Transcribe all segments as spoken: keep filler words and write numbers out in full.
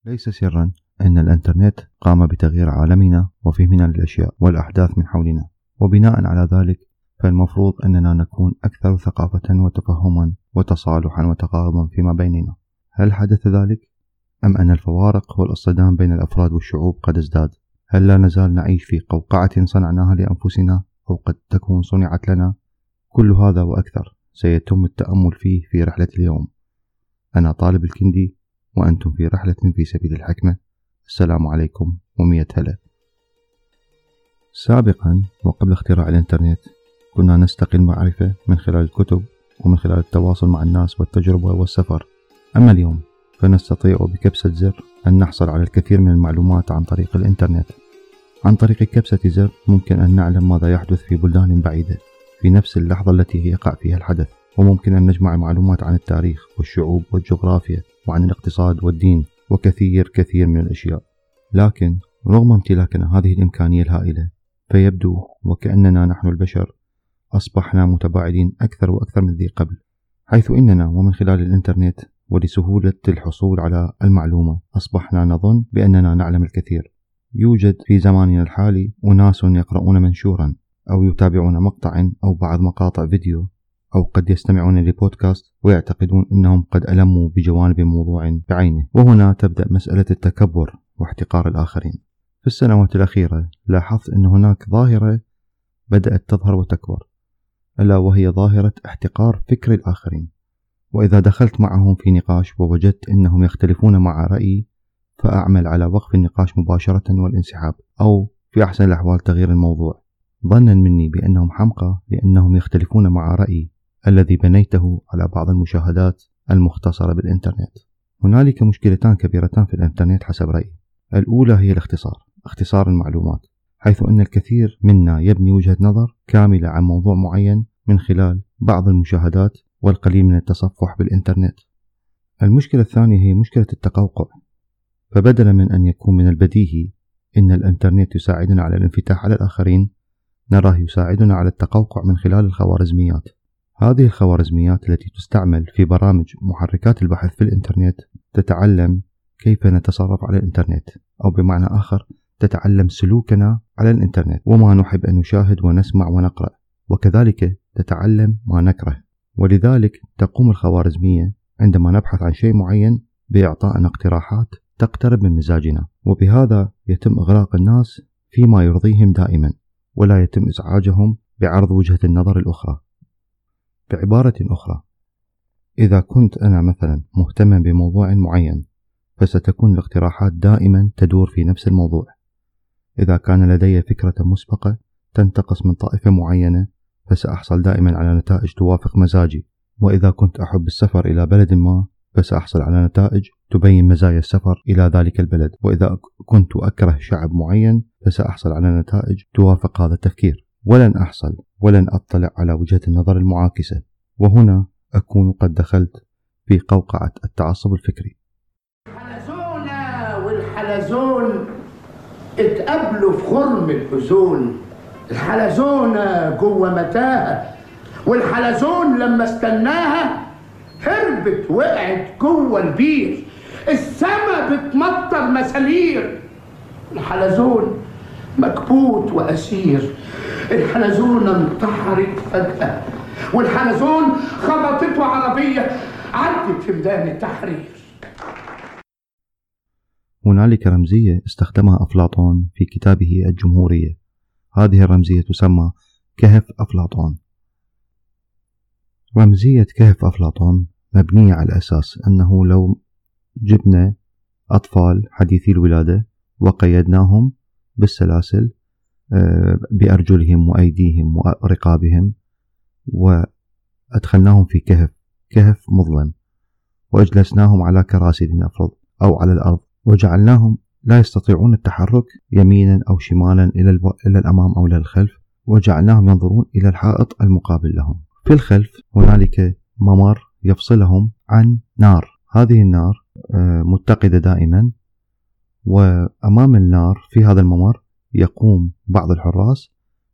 ليس سرا أن الإنترنت قام بتغيير عالمنا وفهمنا للأشياء والأحداث من حولنا، وبناء على ذلك فالمفروض أننا نكون أكثر ثقافة وتفهما وتصالحا وتقاربا فيما بيننا. هل حدث ذلك؟ أم أن الفوارق والاصطدام بين الأفراد والشعوب قد ازداد؟ هل لا نزال نعيش في قوقعة صنعناها لأنفسنا أو قد تكون صنعت لنا؟ كل هذا وأكثر سيتم التأمل فيه في رحلة اليوم. أنا طالب الكندي وأنتم في رحلة في سبيل الحكمة. السلام عليكم ومية هلا. سابقا وقبل اختراع الإنترنت كنا نستقي المعرفة من خلال الكتب ومن خلال التواصل مع الناس والتجربة والسفر. أما اليوم فنستطيع بكبسة زر أن نحصل على الكثير من المعلومات عن طريق الإنترنت. عن طريق كبسة زر ممكن أن نعلم ماذا يحدث في بلدان بعيدة في نفس اللحظة التي يقع فيها الحدث، وممكن أن نجمع معلومات عن التاريخ والشعوب والجغرافيا وعن الاقتصاد والدين وكثير كثير من الأشياء. لكن رغم امتلاكنا هذه الإمكانية الهائلة فيبدو وكأننا نحن البشر أصبحنا متباعدين أكثر وأكثر من ذي قبل، حيث إننا ومن خلال الإنترنت ولسهولة الحصول على المعلومة أصبحنا نظن بأننا نعلم الكثير. يوجد في زماننا الحالي أناس يقرؤون منشورا أو يتابعون مقطعا أو بعض مقاطع فيديو أو قد يستمعون لبودكاست ويعتقدون أنهم قد ألموا بجوانب موضوع بعينه، وهنا تبدأ مسألة التكبر واحتقار الآخرين. في السنوات الأخيرة لاحظت أن هناك ظاهرة بدأت تظهر وتكبر، ألا وهي ظاهرة احتقار فكر الآخرين. وإذا دخلت معهم في نقاش ووجدت أنهم يختلفون مع رأيي فأعمل على وقف النقاش مباشرة والانسحاب، أو في أحسن الأحوال تغيير الموضوع، ظنا مني بأنهم حمقى لأنهم يختلفون مع رأيي الذي بنيته على بعض المشاهدات المختصرة بالإنترنت. هنالك مشكلتان كبيرتان في الإنترنت حسب رأيي. الأولى هي الاختصار، اختصار المعلومات، حيث أن الكثير منا يبني وجهة نظر كاملة عن موضوع معين من خلال بعض المشاهدات والقليل من التصفح بالإنترنت. المشكلة الثانية هي مشكلة التقوقع، فبدلا من أن يكون من البديهي إن الإنترنت يساعدنا على الانفتاح على الآخرين، نراه يساعدنا على التقوقع من خلال الخوارزميات. هذه الخوارزميات التي تستعمل في برامج محركات البحث في الإنترنت تتعلم كيف نتصرف على الإنترنت، أو بمعنى آخر تتعلم سلوكنا على الإنترنت وما نحب أن نشاهد ونسمع ونقرأ، وكذلك تتعلم ما نكره. ولذلك تقوم الخوارزمية عندما نبحث عن شيء معين بإعطائنا اقتراحات تقترب من مزاجنا، وبهذا يتم إغراق الناس فيما يرضيهم دائما، ولا يتم إزعاجهم بعرض وجهة النظر الأخرى. بعبارة أخرى، إذا كنت أنا مثلا مهتما بموضوع معين فستكون الاقتراحات دائما تدور في نفس الموضوع. إذا كان لدي فكرة مسبقة تنتقص من طائفة معينة فسأحصل دائما على نتائج توافق مزاجي. وإذا كنت أحب السفر إلى بلد ما فسأحصل على نتائج تبين مزايا السفر إلى ذلك البلد. وإذا كنت أكره شعب معين فسأحصل على نتائج توافق هذا التفكير، ولن أحصل ولن أطلع على وجهة النظر المعاكسة. وهنا أكون قد دخلت في قوقعة التعصب الفكري. الحلزونة والحلزون اتقابلوا في خرم الحزون. الحلزونة جوه متاهة، والحلزون لما استناها هربت وقعت جوه البير. السما بتمطر مسالير، الحلزون مكبوت وأسير. الحلزونة انتحرت فجأة، والحلزون خبطته عربية عدت في ميدان التحرير. هنالك رمزية استخدمها أفلاطون في كتابه الجمهورية. هذه الرمزية تسمى كهف أفلاطون. رمزية كهف أفلاطون مبنية على أساس أنه لو جبنا أطفال حديثي الولادة وقيدناهم بالسلاسل بأرجلهم وأيديهم ورقابهم وأدخلناهم في كهف كهف مظلم، وأجلسناهم على كراسي لنفرض أو على الأرض، وجعلناهم لا يستطيعون التحرك يمينا أو شمالا إلى الأمام أو إلى الخلف، وجعلناهم ينظرون إلى الحائط المقابل لهم. في الخلف هنالك ممر يفصلهم عن نار. هذه النار متقدة دائما، وأمام النار في هذا الممر يقوم بعض الحراس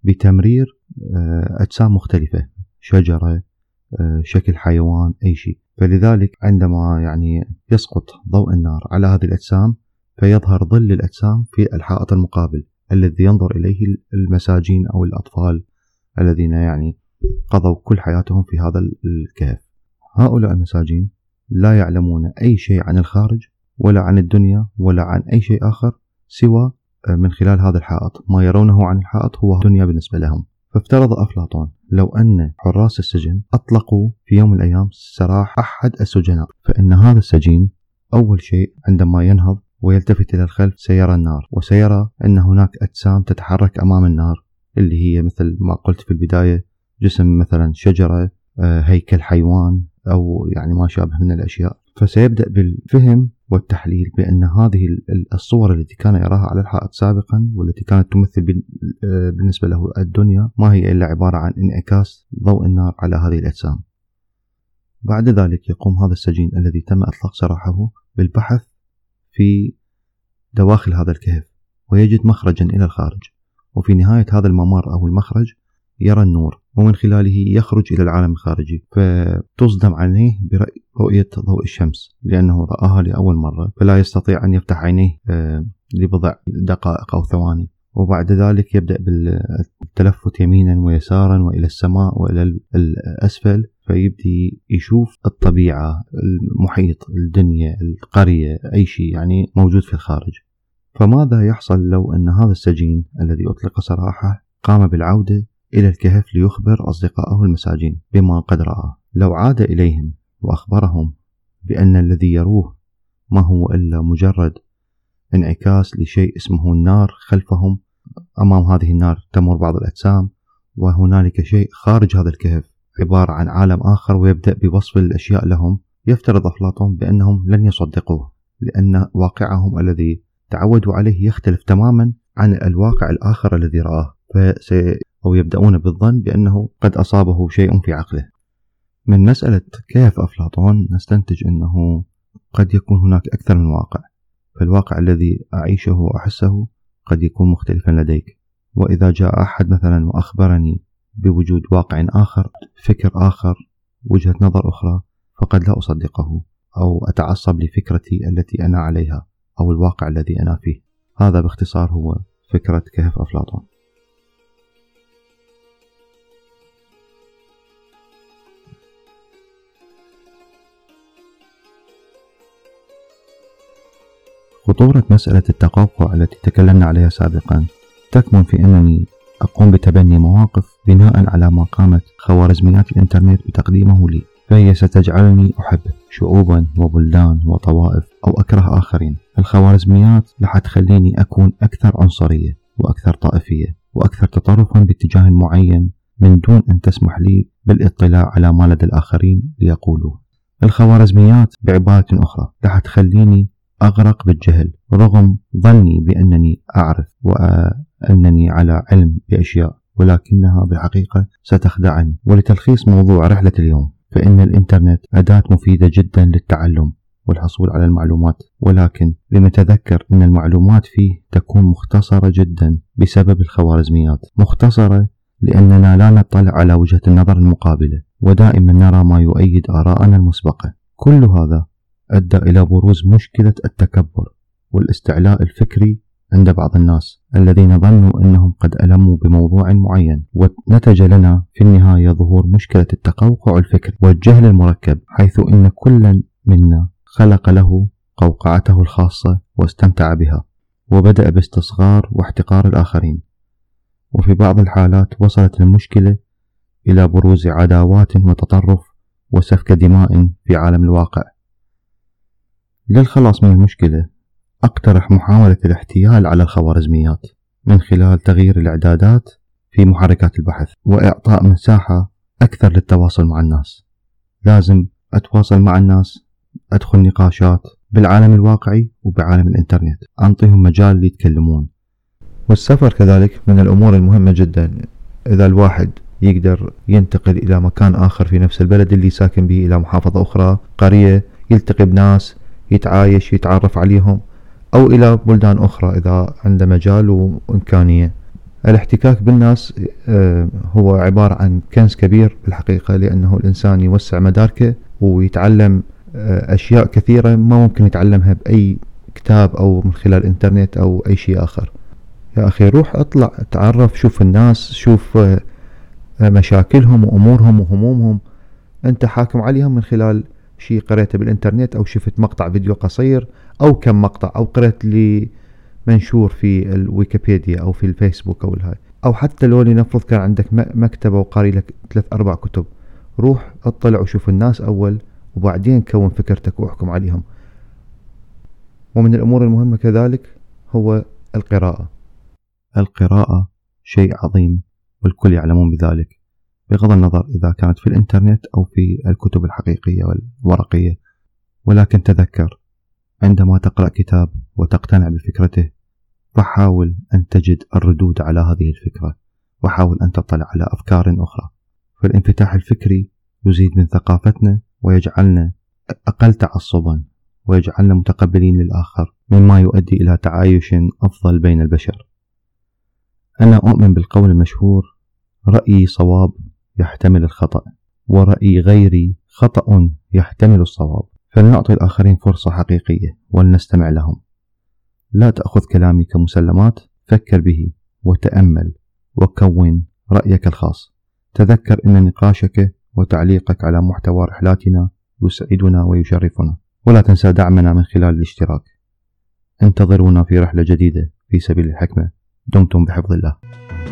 بتمرير أجسام مختلفة، شجرة، شكل حيوان، أي شيء. فلذلك عندما يعني يسقط ضوء النار على هذه الأجسام فيظهر ظل الأجسام في الحائط المقابل الذي ينظر إليه المساجين أو الأطفال الذين يعني قضوا كل حياتهم في هذا الكهف. هؤلاء المساجين لا يعلمون أي شيء عن الخارج ولا عن الدنيا ولا عن أي شيء آخر سوى من خلال هذا الحائط. ما يرونه عن الحائط هو دنيا بالنسبة لهم. فافترض أفلاطون لو أن حراس السجن أطلقوا في يوم من الأيام سراح أحد السجناء، فإن هذا السجين أول شيء عندما ينهض ويلتفت إلى الخلف سيرى النار، وسيرى أن هناك أجسام تتحرك أمام النار اللي هي مثل ما قلت في البداية جسم مثلا شجرة، هيكل حيوان، أو يعني ما شابه من الأشياء. فسيبدأ بالفهم والتحليل بأن هذه الصور التي كان يراها على الحائط سابقا والتي كانت تمثل بالنسبة له الدنيا ما هي إلا عبارة عن انعكاس ضوء النار على هذه الأجسام. بعد ذلك يقوم هذا السجين الذي تم إطلاق سراحه بالبحث في دواخل هذا الكهف ويجد مخرجا إلى الخارج، وفي نهاية هذا الممر أو المخرج يرى النور ومن خلاله يخرج إلى العالم الخارجي، فتصدم عينيه برؤية ضوء الشمس لأنه رآها لأول مرة، فلا يستطيع أن يفتح عينيه لبضع دقائق أو ثواني. وبعد ذلك يبدأ بالتلفت يمينا ويسارا وإلى السماء وإلى الأسفل، فيبدي يشوف الطبيعة، المحيط، الدنيا، القرية، أي شيء يعني موجود في الخارج. فماذا يحصل لو أن هذا السجين الذي أطلق سراحه قام بالعودة إلى الكهف ليخبر أصدقائه المساجين بما قد رأى؟ لو عاد إليهم وأخبرهم بأن الذي يروه ما هو إلا مجرد انعكاس لشيء اسمه النار خلفهم، أمام هذه النار تمر بعض الأجسام وهنالك شيء خارج هذا الكهف عبارة عن عالم آخر، ويبدأ بوصف الأشياء لهم، يفترض أفلاطون بأنهم لن يصدقوه، لأن واقعهم الذي تعودوا عليه يختلف تماما عن الواقع الآخر الذي رآه، فسي أو يبدأون بالظن بأنه قد أصابه شيء في عقله. من مسألة كيف أفلاطون نستنتج أنه قد يكون هناك أكثر من واقع، فالواقع الذي أعيشه وأحسه قد يكون مختلفا لديك، وإذا جاء أحد مثلا وأخبرني بوجود واقع آخر، فكر آخر، وجهة نظر أخرى، فقد لا أصدقه أو أتعصب لفكرتي التي أنا عليها أو الواقع الذي أنا فيه. هذا باختصار هو فكرة كهف أفلاطون. خطورة مسألة التقوقع التي تكلمنا عليها سابقا تكمن في أنني أقوم بتبني مواقف بناء على ما قامت خوارزميات الإنترنت بتقديمه لي، فهي ستجعلني أحب شعوبا وبلدان وطوائف أو أكره آخرين. الخوارزميات رح تخليني أكون أكثر عنصرية وأكثر طائفية وأكثر تطرفا باتجاه معين من دون أن تسمح لي بالاطلاع على ما لدى الآخرين ليقولوه. الخوارزميات بعبارة أخرى رح تخليني أغرق بالجهل رغم ظني بأنني أعرف وأنني على علم بأشياء، ولكنها بالحقيقة ستخدعني. ولتلخيص موضوع رحلة اليوم، فإن الإنترنت أداة مفيدة جدا للتعلم والحصول على المعلومات، ولكن لنتذكر أن المعلومات فيه تكون مختصرة جدا بسبب الخوارزميات. مختصرة لأننا لا نطلع على وجهة النظر المقابلة، ودائما نرى ما يؤيد آراءنا المسبقة. كل هذا أدى إلى بروز مشكلة التكبر والاستعلاء الفكري عند بعض الناس الذين ظنوا أنهم قد ألموا بموضوع معين، ونتج لنا في النهاية ظهور مشكلة التقوقع الفكري والجهل المركب، حيث إن كل منا خلق له قوقعته الخاصة واستمتع بها وبدأ باستصغار واحتقار الآخرين. وفي بعض الحالات وصلت المشكلة إلى بروز عداوات وتطرف وسفك دماء في عالم الواقع. للخلاص من المشكلة أقترح محاولة الاحتيال على الخوارزميات من خلال تغيير الإعدادات في محركات البحث وإعطاء مساحة أكثر للتواصل مع الناس. لازم أتواصل مع الناس، أدخل نقاشات بالعالم الواقعي وبعالم الإنترنت، أنطيهم مجال يتكلمون. والسفر كذلك من الأمور المهمة جدا. إذا الواحد يقدر ينتقل إلى مكان آخر في نفس البلد اللي ساكن به، إلى محافظة أخرى، قرية، يلتقي بناس، يتعايش، يتعرف عليهم، أو إلى بلدان أخرى إذا عنده مجال وإمكانية. الاحتكاك بالناس هو عبارة عن كنز كبير بالحقيقة، لأنه الإنسان يوسع مداركه ويتعلم أشياء كثيرة ما ممكن يتعلمها بأي كتاب أو من خلال الإنترنت أو أي شيء آخر. يا أخي روح اطلع تعرف، شوف الناس، شوف مشاكلهم وأمورهم وهمومهم. أنت حاكم عليهم من خلال شيء قريته بالإنترنت أو شفت مقطع فيديو قصير أو كم مقطع أو قرأت لي منشور في الويكيبيديا أو في الفيسبوك أو الهاي، أو حتى لو لنفرض كان عندك مكتبة وقاري لك ثلاث أربع كتب، روح اطلع وشوف الناس أول وبعدين كون فكرتك واحكم عليهم. ومن الأمور المهمة كذلك هو القراءة. القراءة شيء عظيم والكل يعلمون بذلك، بغض النظر إذا كانت في الإنترنت أو في الكتب الحقيقية والورقية. ولكن تذكر، عندما تقرأ كتاب وتقتنع بفكرته فحاول أن تجد الردود على هذه الفكرة، وحاول أن تطلع على أفكار أخرى. فالانفتاح الفكري يزيد من ثقافتنا ويجعلنا أقل تعصبا ويجعلنا متقبلين للآخر، مما يؤدي إلى تعايش أفضل بين البشر. أنا أؤمن بالقول المشهور: رأيي صواب يحتمل الخطأ، ورأي غيري خطأ يحتمل الصواب. فلنعطي الآخرين فرصة حقيقية ولنستمع لهم. لا تأخذ كلامي كمسلمات، فكر به وتأمل وكون رأيك الخاص. تذكر أن نقاشك وتعليقك على محتوى رحلاتنا يسعدنا ويشرفنا، ولا تنسى دعمنا من خلال الاشتراك. انتظرونا في رحلة جديدة في سبيل الحكمة. دمتم بحفظ الله.